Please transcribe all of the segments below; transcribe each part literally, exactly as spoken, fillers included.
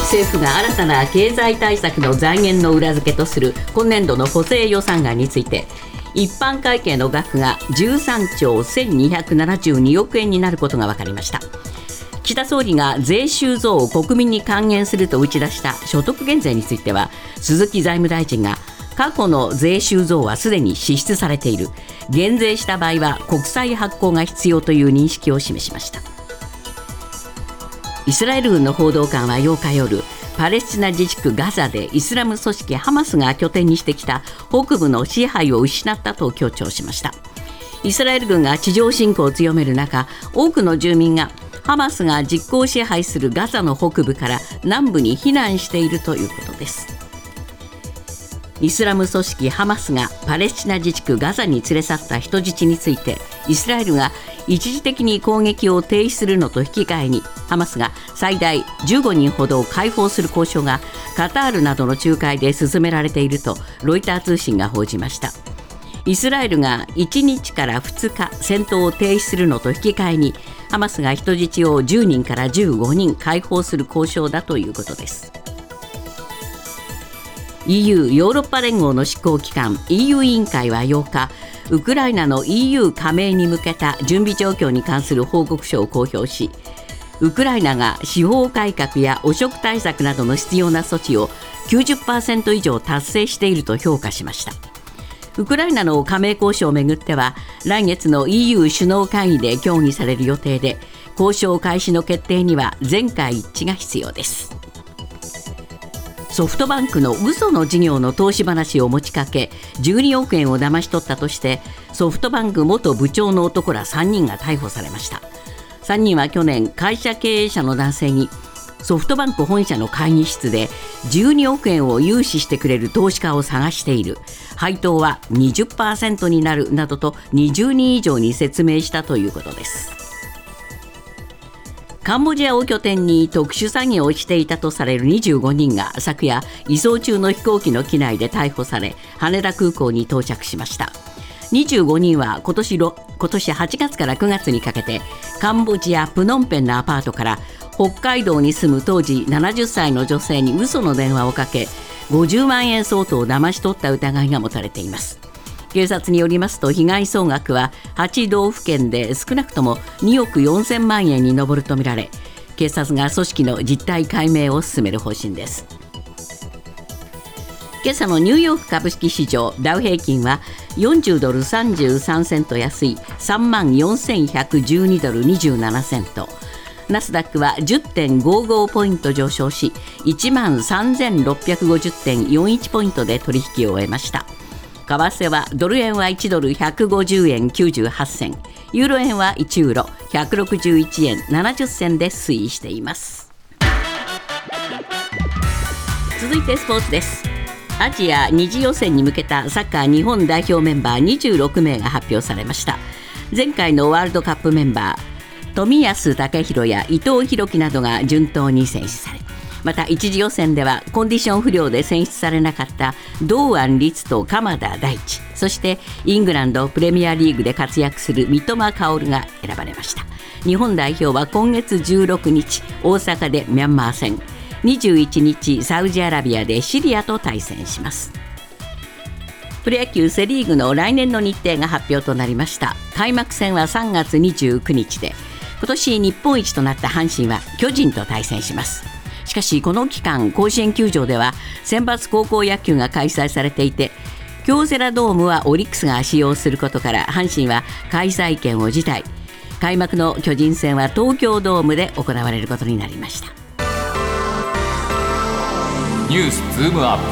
政府が新たな経済対策の財源の裏付けとする今年度の補正予算案について、一般会計の額がじゅうさんちょうせんにひゃくななじゅうにおくえんになることが分かりました。岸田総理が税収増を国民に還元すると打ち出した所得減税については、鈴木財務大臣が過去の税収増はすでに支出されている、減税した場合は国債発行が必要という認識を示しました。イスラエル軍の報道官はようか夜、パレスチナ自治区ガザでイスラム組織ハマスが拠点にしてきた北部の支配を失ったと強調しました。イスラエル軍が地上侵攻を強める中、多くの住民がハマスが実効支配するガザの北部から南部に避難しているということです。イスラム組織ハマスがパレスチナ自治区ガザに連れ去った人質について、イスラエルが一時的に攻撃を停止するのと引き換えに、ハマスが最大じゅうごにんほどを解放する交渉がカタールなどの仲介で進められているとロイター通信が報じました。イスラエルがいちにちからふつか戦闘を停止するのと引き換えに、ハマスが人質をじゅうにんからじゅうごにん解放する交渉だということです。イーユー ヨーロッパ連合の執行機関 イーユー 委員会はようか、ウクライナの イーユー 加盟に向けた準備状況に関する報告書を公表し、ウクライナが司法改革や汚職対策などの必要な措置を きゅうじゅっパーセント 以上達成していると評価しました。ウクライナの加盟交渉をめぐっては、来月の イーユー 首脳会議で協議される予定で、交渉開始の決定には全会一致が必要です。ソフトバンクの嘘の事業の投資話を持ちかけじゅうにおくえんを騙し取ったとして、ソフトバンク元部長の男らさんにんが逮捕されました。さんにんは去年、会社経営者の男性にソフトバンク本社の会議室でじゅうにおくえんを融資してくれる投資家を探している、配当は にじゅっパーセント になるなどとにじゅうにん以上に説明したということです。カンボジアを拠点に特殊詐欺をしていたとされるにじゅうごにんが昨夜、移送中の飛行機の機内で逮捕され、羽田空港に到着しました。にじゅうごにんは今年、今年はちがつからくがつにかけて、カンボジア・プノンペンのアパートから北海道に住む当時ななじゅっさいの女性に嘘の電話をかけ、ごじゅうまんえん相当を騙し取った疑いが持たれています。警察によりますと、被害総額ははちどうふけんで少なくともにおくよんせんまんえんに上るとみられ、警察が組織の実態解明を進める方針です。今朝のニューヨーク株式市場、ダウ平均はよんじゅうドルさんじゅうさんセント安い さんまんよんせんひゃくじゅうにドルにじゅうななセント、ナスダックは じゅってんごご ポイント上昇し いちまんさんぜんろっぴゃくごじゅってんよんいち ポイントで取引を終えました。為替はドル円はいちドルひゃくごじゅうえんきゅうじゅうはちせん、ユーロ円はいちユーロひゃくろくじゅういちえんななじゅっせんで推移しています。続いてスポーツです。アジアに次予選に向けたサッカー日本代表メンバーにじゅうろくめいが発表されました。前回のワールドカップメンバー冨安健洋や伊藤洋輝などが順当に選出され、また一次予選ではコンディション不良で選出されなかった堂安律と鎌田大地、そしてイングランドプレミアリーグで活躍する三笘薫が選ばれました。日本代表は今月じゅうろくにち大阪でミャンマー戦、にじゅういちにちサウジアラビアでシリアと対戦します。プロ野球セリーグの来年の日程が発表となりました。開幕戦はさんがつにじゅうくにちで、今年日本一となった阪神は巨人と対戦します。しかしこの期間、甲子園球場では選抜高校野球が開催されていて、京セラドームはオリックスが使用することから阪神は開催権を辞退。開幕の巨人戦は東京ドームで行われることになりました。 ニュースズームアップ。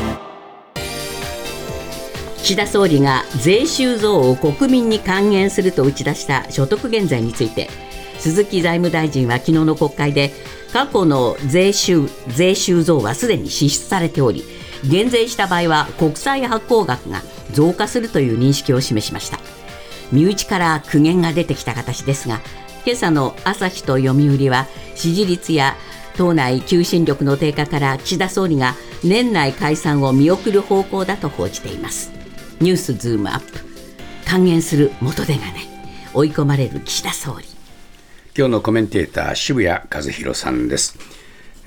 岸田総理が税収増を国民に還元すると打ち出した所得減税について、鈴木財務大臣は昨日の国会で、過去の税収、税収増はすでに支出されており、減税した場合は国債発行額が増加するという認識を示しました。身内から苦言が出てきた形ですが、今朝の朝日と読売は支持率や党内求心力の低下から岸田総理が年内解散を見送る方向だと報じています。ニュースズームアップ。還元する元手がない、追い込まれる岸田総理。 今日のコメンテーター、渋谷和弘さんです。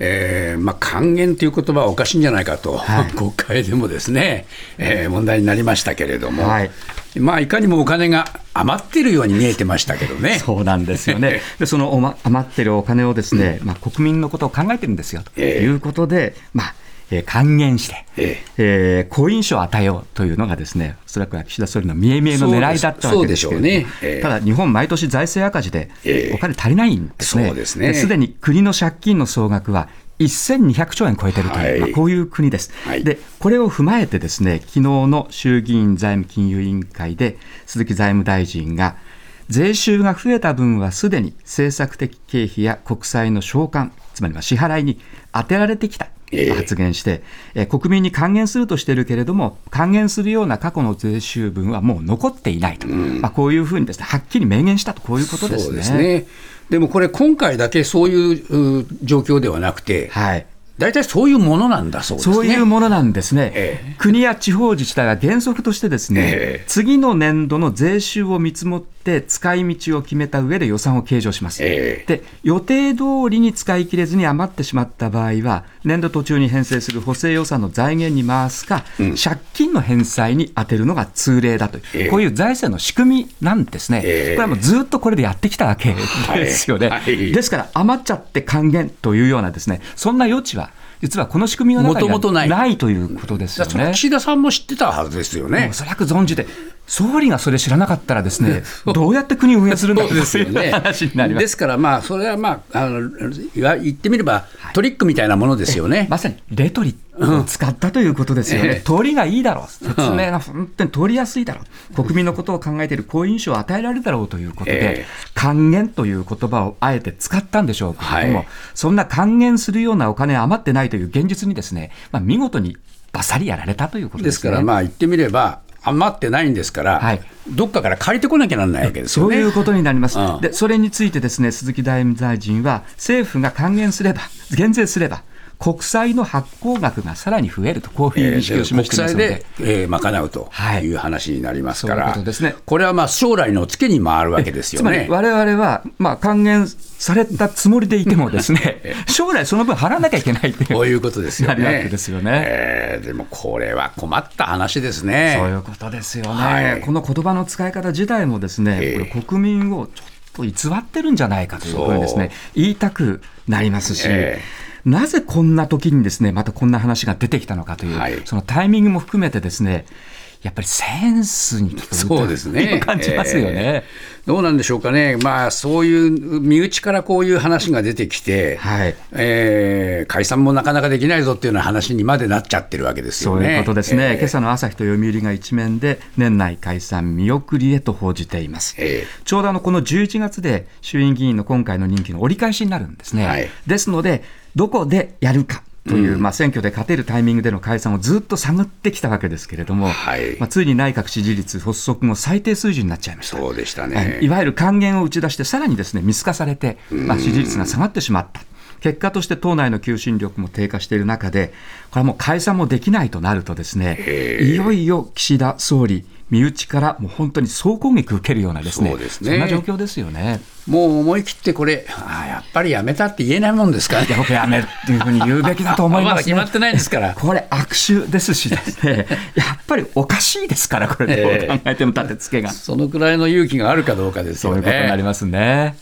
えーまあ、還元という言葉はおかしいんじゃないかと、はい、国会でもですね、えー、問題になりましたけれども、はい、まあ、いかにもお金が余ってるように見えてましたけどね。 そうなんですよね。でそのお、ま、余ってるお金をですね、まあ、国民のことを考えてるんですよということで、えーまあえー、還元して、えーえー、好印象を与えようというのがですね、おそらくは岸田総理の見え見えの狙いだったわけですけれども、ねえー、ただ日本毎年財政赤字でお金足りないんですね。 そうですね。 すでに国の借金の総額はせんにひゃくちょうえん超えているという、はいまあ、こういう国です、はい、でこれを踏まえてですね、昨日の衆議院財務金融委員会で鈴木財務大臣が税収が増えた分はすでに政策的経費や国債の償還、つまりは支払いに充てられてきたと発言して、えー、国民に還元するとしているけれども、還元するような過去の税収分はもう残っていないと、うんまあ、こういうふうにですね、はっきり明言したと、こういうことですね。 そうですね。でもこれ今回だけそういう状況ではなくて、はい、大体そういうものなんだそうですね。 そういうものなんですね、ええ、国や地方自治体が原則としてですね、ええ、次の年度の税収を見積もって使い道を決めた上で予算を計上します、ええ、で予定通りに使い切れずに余ってしまった場合は年度途中に編成する補正予算の財源に回すか、うん、借金の返済に充てるのが通例だという、ええ、こういう財政の仕組みなんですね、ええ、これはもうずっとこれでやってきたわけですよね、はいはい、ですから余っちゃって還元というようなですね、そんな余地は実はこの仕組みの中にはないということですよね。 それは岸田さんも知ってたはずですよね。 おそらく存じて、総理がそれ知らなかったらですね、どうやって国を運営するんだという話になります。 ですから、まあ、それは、まあ、あの言ってみればトリックみたいなものですよね。 まさにレトリックを使ったということですよね。通りがいいだろう、説明が本当に通りやすいだろう、国民のことを考えている好印象を与えられるだろうということで、還元という言葉をあえて使ったんでしょうけれども、はい、そんな還元するようなお金余ってないという現実にですね、まあ、見事にバサリやられたということですね。 ですから、まあ、言ってみれば余ってないんですから、はい、どっかから借りてこなきゃならないわけですよね。 そういうことになります、うん、でそれについてですね、鈴木財務大臣は政府が還元すれば、減税すれば国債の発行額がさらに増えると、こういう認識を示していますので、 国債で、えー、賄うという話になりますから、 はい、そういうことですね。 これはまあ将来のツケに回るわけですよね。 つまり我々はまあ還元されたつもりでいてもですね将来その分払わなきゃいけないという、 こういうことですよね。 なるわけですよね、 えー、でもこれは困った話ですね。 そういうことですよね、はい、この言葉の使い方自体もですね、えー、これ国民をちょっと偽ってるんじゃないかというふうにですね言いたくなりますし、えーなぜこんな時にですねまたこんな話が出てきたのかという、はい、そのタイミングも含めてですね、やっぱりセンスに聞こえるという感じますよね、えー、どうなんでしょうかね。まあ、そういう身内からこういう話が出てきて、はいえー、解散もなかなかできないぞっていうような話にまでなっちゃってるわけですよね。 そういうことですね、えー、今朝の朝日と読売が一面で年内解散見送りへと報じています、えー、ちょうどあのこのじゅういちがつで衆院議員の今回の任期の折り返しになるんですね、はい、ですのでどこでやるかという、まあ、選挙で勝てるタイミングでの解散をずっと探ってきたわけですけれども、はいまあ、ついに内閣支持率発足後最低水準になっちゃいました。 そうでしたね。 いわゆる還元を打ち出してさらにですね見透かされて、まあ、支持率が下がってしまった。結果として党内の求心力も低下している中で、これはもう解散もできないとなるとですね、いよいよ岸田総理身内からもう本当に総攻撃を受けるようなですね、そうですね、そんな状況ですよね。 もう思い切ってこれあやっぱりやめたって言えないもんですから、ね、 いや僕やめるっていうふうに言うべきだと思いますね。 まだ決まってないんですからこれ悪手ですしですねやっぱりおかしいですから、これどう考えても立て付けが、えー、 そのくらいの勇気があるかどうかですよね。 そういうことになりますね。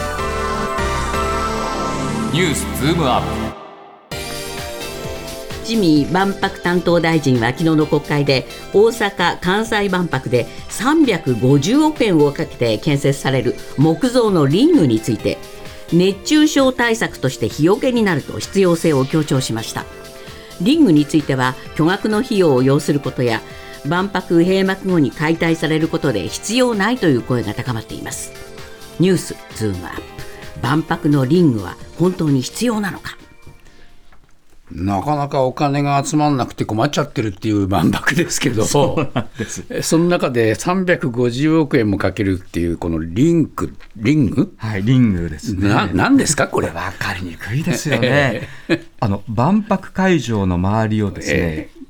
ニュースズームアップ。 自民万博担当大臣は昨日の国会で大阪・関西万博でさんびゃくごじゅうおくえんをかけて建設される木造のリングについて熱中症対策として日よけになると必要性を強調しました。リングについては巨額の費用を要することや万博閉幕後に解体されることで必要ないという声が高まっています。ニュースズームアップ。万博のリングは本当に必要なのか。 なかなかお金が集まらなくて困っちゃってるっていう万博ですけど、 そうなんです。 その中でさんびゃくごじゅうおくえんもかけるっていうこのリンクリング、 はい、リングですね。 な何ですかこれ。 分かりにくいですよねあの万博会場の周りをですね、えー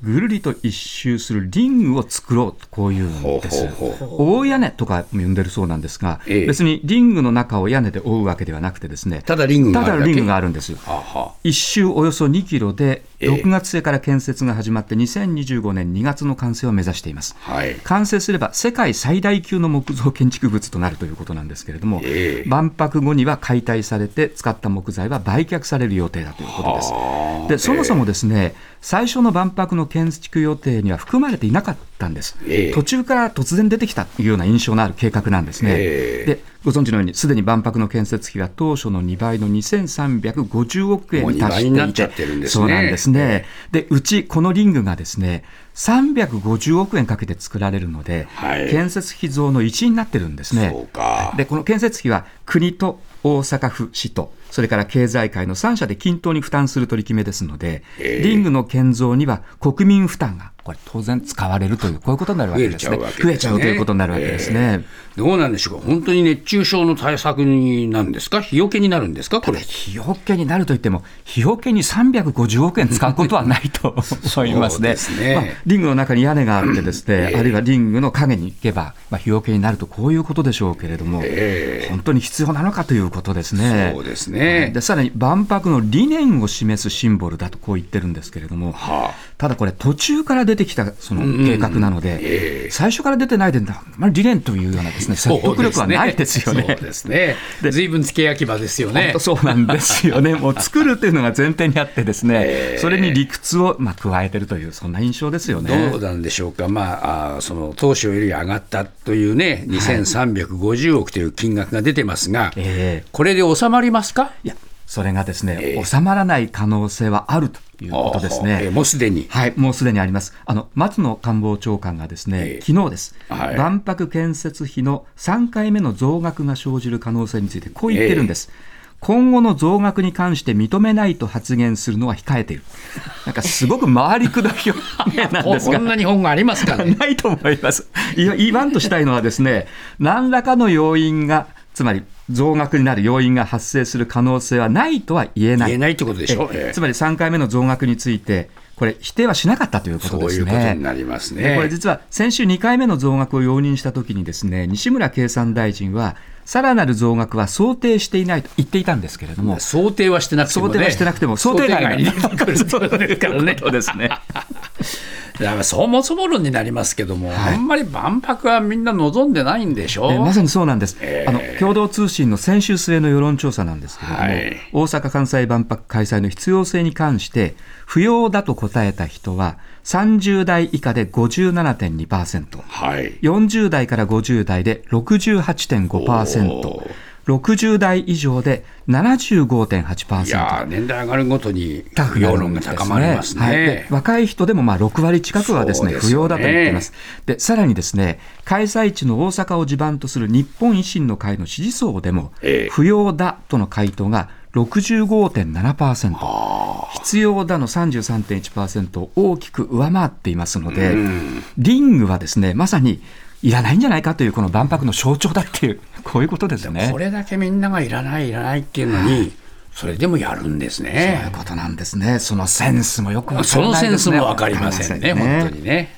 ぐるりと一周するリングを作ろうとこういうんです。ほうほうほう。大屋根とかも呼んでるそうなんですが、ええ、別にリングの中を屋根で覆うわけではなくてですね、 ただリングがあるだけ。 ただリングがあるんです。はは。一周およそにキロでろくがつ末から建設が始まってにせんにじゅうごねんにがつの完成を目指しています、はい、完成すれば世界最大級の木造建築物となるということなんですけれども、えー、万博後には解体されて使った木材は売却される予定だということです。でそもそもですね、最初の万博の建築予定には含まれていなかったんです、えー、途中から突然出てきたというような印象のある計画なんですね、えー、でご存知のようにすでに万博の建設費が当初のにばいのにせんさんびゃくごじゅうおくえんに達していて、もうにばいになっちゃってるんですね。そうなんですね。でうちこのリングがですねさんびゃくごじゅうおくえんかけて作られるので、はい、建設費増の一になってるんですね。そうか。でこの建設費は国と大阪府市とそれから経済界のさん社で均等に負担する取り決めですので、えー、リングの建造には国民負担がこれ当然使われるというこういうことになるわけですね。増えちゃうということになるわけですね、 えー、どうなんでしょうか。本当に熱中症の対策になるんですか、日よけになるんですか。これ日よけになるといっても日よけにさんびゃくごじゅうおくえん使うことはないと思いますね。そうですね、まあ、リングの中に屋根があってですね、えー、あるいはリングの影に行けば、まあ、日よけになるとこういうことでしょうけれども、えー、本当に必要なのかということですね。 そうですね。 でさらに万博の理念を示すシンボルだとこう言ってるんですけれども、はあ、ただこれ途中から出てきたその計画なので、うんえー、最初から出てないで、まあ、理念というようなですね、説得力はないですよね。 そうですね。随分付け焼き場ですよね。 本当そうなんですよね。もう作るというのが前提にあってですね、えー、それに理屈をまあ加えてるというそんな印象ですよね。 どうなんでしょうか。まあ、あその当初より上がったというねにせんさんびゃくごじゅうおくという金額が出てますが、えー、これで収まりますか。 いやそれがですね、えー、収まらない可能性はあるということですね。 えー、もうすでに、 はい、もうすでにあります。あの松野官房長官がですね、えー、昨日です、はい、万博建設費のさんかいめの増額が生じる可能性についてこう言ってるんです、えー今後の増額に関して認めないと発言するのは控えている。なんかすごく回りくどい表現なんですがこんな日本語ありますかね。 ないと思います。言わんとしたいのはですね、何らかの要因がつまり増額になる要因が発生する可能性はないとは言えない。 言えないってことでしょ。 えつまりさんかいめの増額についてこれ否定はしなかったということですね。 そういうことになりますね。 これ実は先週にかいめの増額を容認したときにですね、西村経産大臣はさらなる増額は想定していないと言っていたんですけれども、 想定はしてなくてもね、 想定はしてなくても想定外に来るそうですからね。 そうですね。 だからそもそも論になりますけども、はい、あんまり万博はみんな望んでないんでしょ。 えまさにそうなんです、えー、あの共同通信の先週末の世論調査なんですけれども、はい、大阪・関西万博開催の必要性に関して不要だと答えた人はさんじゅうだい以下で ごじゅうななてんにパーセント、はい、よんじゅうだいからごじゅうだいで ろくじゅうはちてんごパーセント、ろくじゅうだい以上で ななじゅうごてんはちパーセント。 いや年代上がるごとに世論が高まりますね。はい、で若い人でもまあろくわり近くはですね、不要だと言っています。でさらにですね、開催地の大阪を地盤とする日本維新の会の支持層でも、えー、不要だとの回答が ろくじゅうごてんななパーセント、 必要だの さんじゅうさんてんいちパーセント を大きく上回っていますので、リングはですねまさにいらないんじゃないかというこの万博の象徴だっていうこういうことですね。 これだけみんながいらないいらないっていうのに、はい、それでもやるんですね。 そういうことなんですね。そのセンスもよく分からないですね。そのセンスも分かりませんね、本当にね。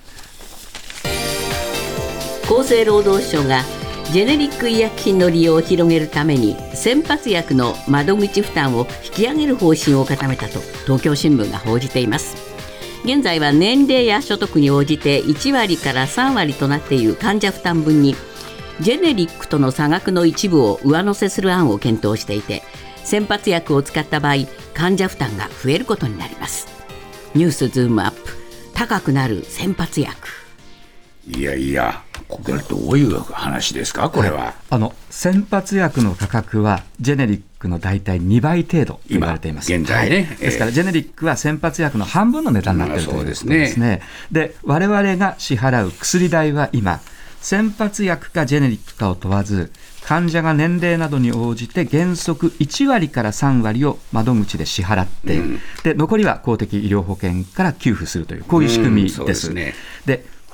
厚生労働省がジェネリック医薬品の利用を広げるために先発薬の窓口負担を引き上げる方針を固めたと東京新聞が報じています。現在は年齢や所得に応じていちわりからさんわりとなっている患者負担分にジェネリックとの差額の一部を上乗せする案を検討していて、先発薬を使った場合患者負担が増えることになります。ニュースズームアップ、高くなる先発薬。 いやいや、これどういう話ですかこれは。 あの先発薬の価格はジェネリックの大体にばい程度と言われています。 現在ね、 はい、ですからジェネリックは先発薬の半分の値段になっているということですね。ですね。で我々が支払う薬代は今先発薬かジェネリックかを問わず患者が年齢などに応じて原則いちわりからさんわりを窓口で支払って、うん、で残りは公的医療保険から給付するというこういう仕組みです。うん、そうですね。で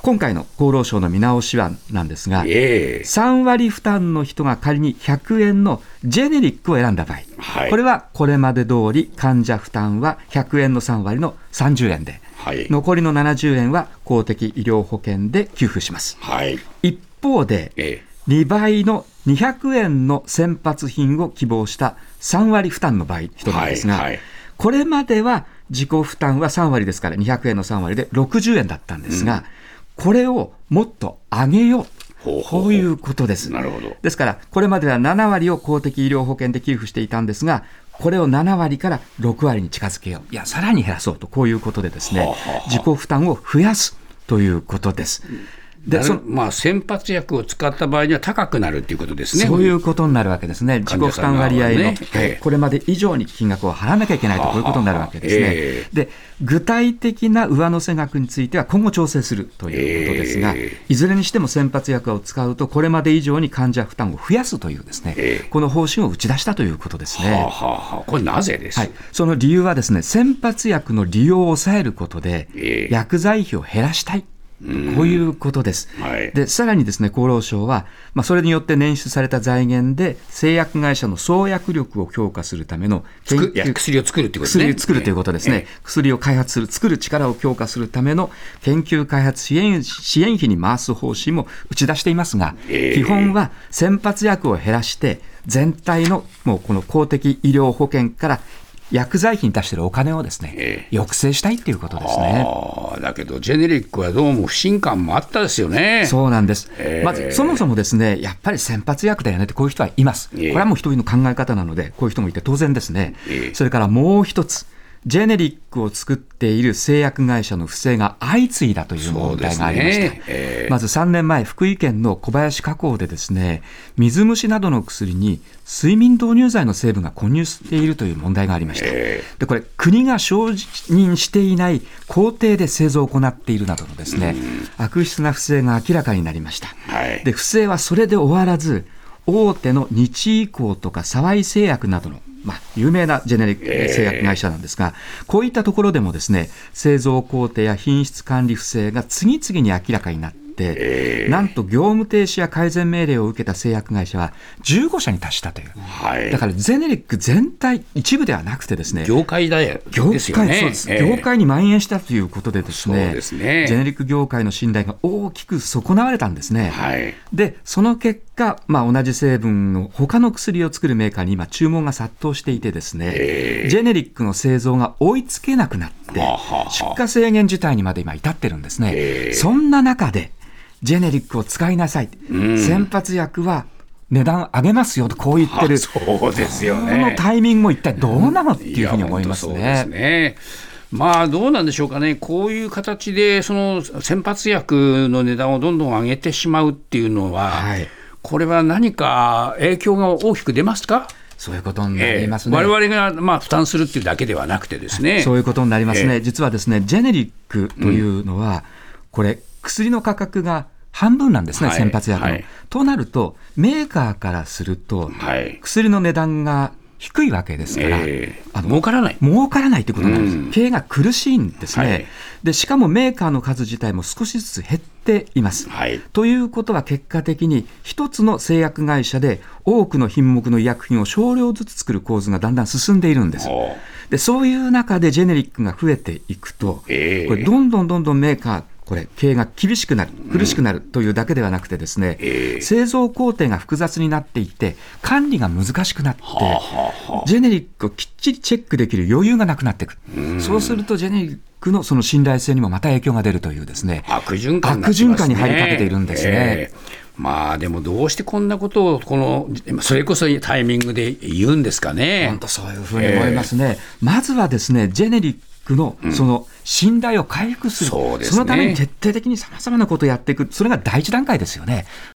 今回の厚労省の見直し案なんですが、えー、さんわり負担の人が仮にひゃくえんのジェネリックを選んだ場合、はい、これはこれまで通り患者負担はひゃくえんのさんわりのさんじゅうえんで、はい、残りのななじゅうえんは公的医療保険で給付します、はい、一方で、えー、にばいのにひゃくえんの先発品を希望したさんわり負担の場合人なんですが、はいはい、これまでは自己負担はさんわりですからにひゃくえんのさんわりでろくじゅうえんだったんですが、うんこれをもっと上げようほうほうほうこういうことです。 なるほど。 ですからこれまではななわりを公的医療保険で給付していたんですがこれをななわりからろくわりに近づけよういやさらに減らそうとこういうことでですね、はあはあ、自己負担を増やすということです。 でそまあ、先発薬を使った場合には高くなるということですね。 そういうことになるわけですね。自己負担割合の、ねえー、これまで以上に金額を払わなきゃいけないとこういうことになるわけですね、えー、で具体的な上乗せ額については今後調整するということですが、えー、いずれにしても先発薬を使うとこれまで以上に患者負担を増やすというですね、えー、この方針を打ち出したということですね。はあはあはあ、これなぜです、 はい、その理由はですね先発薬の利用を抑えることで、えー、薬剤費を減らしたいこういうことです、はい、でさらにですね厚労省は、まあ、それによって捻出された財源で製薬会社の創薬力を強化するための研究いや薬を作るということですね。 薬を作るということですね、ええ、薬を開発する作る力を強化するための研究開発支援、支援費に回す方針も打ち出していますが、えー、基本は先発薬を減らして全体のもうこの公的医療保険から薬剤費に出しているお金をですね、えー、抑制したいということですね。 あだけどジェネリックはどうも不信感もあったですよね。 そうなんです、えー、まずそもそもですねやっぱり先発薬だよねってこういう人はいます、えー、これはもう一人の考え方なのでこういう人もいて当然ですね、えー、それからもう一つジェネリックを作っている製薬会社の不正が相次いだという問題がありました、ねえー、まずさんねんまえ福井県の小林化工でですね水虫などの薬に睡眠導入剤の成分が混入しているという問題がありました、えー、でこれ国が承認していない工程で製造を行っているなどのですね、うん、悪質な不正が明らかになりました、はい、で不正はそれで終わらず大手の日医工とか沢井製薬などのまあ、有名なジェネリック製薬会社なんですが、えー、こういったところでもですね製造工程や品質管理不正が次々に明らかになって、えー、なんと業務停止や改善命令を受けた製薬会社はじゅうごしゃに達したという、はい、だからジェネリック全体一部ではなくてですね業界だよですよね。 そうです、えー、業界に蔓延したということでですね、そうですねジェネリック業界の信頼が大きく損なわれたんですね、はい、でその結果、まあ、同じ成分の他の薬を作るメーカーに今注文が殺到していてですね、えー、ジェネリックの製造が追いつけなくなってははは出荷制限事態にまで今至ってるんですね、えー、そんな中でジェネリックを使いなさい、うん、先発薬は値段上げますよとこう言ってる。 そうですよね。 このタイミングも一体どうなのっていうふうに思いますね。 そうですね。まあどうなんでしょうかね。こういう形でその先発薬の値段をどんどん上げてしまうっていうのは、はい、これは何か影響が大きく出ますか？ そういうことになりますね、 えー、我々がまあ負担するっていうだけではなくてですね、 そういうことになりますね、えー、実はですねジェネリックというのは、うん、これ薬の価格が半分なんですね、はい、先発薬の、はい、となるとメーカーからすると、はい、薬の値段が低いわけですから、 えー、あの儲からない儲からないということなんです、うん、経営が苦しいんですね、はい、でしかもメーカーの数自体も少しずつ減っています、はい、ということは結果的に一つの製薬会社で多くの品目の医薬品を少量ずつ作る構図がだんだん進んでいるんです。でそういう中でジェネリックが増えていくと、えー、これどんどんどんどんメーカーこれ経営が厳しくなる苦しくなるというだけではなくてですね、うんえー、製造工程が複雑になっていって管理が難しくなって、はあはあ、ジェネリックをきっちりチェックできる余裕がなくなっていく、うん、そうするとジェネリックのその信頼性にもまた影響が出るというですね悪循環になってますね。 悪循環に入りかけているんですね、 えーまあでもどうしてこんなことをこのそれこそタイミングで言うんですかね。 本当そういうふうに思いますね、えー、まずはですねジェネリックのその信頼を回復する、うん そ, ね、そのために徹底的にさまざまなことをやっていく、それが第一段階ですよね。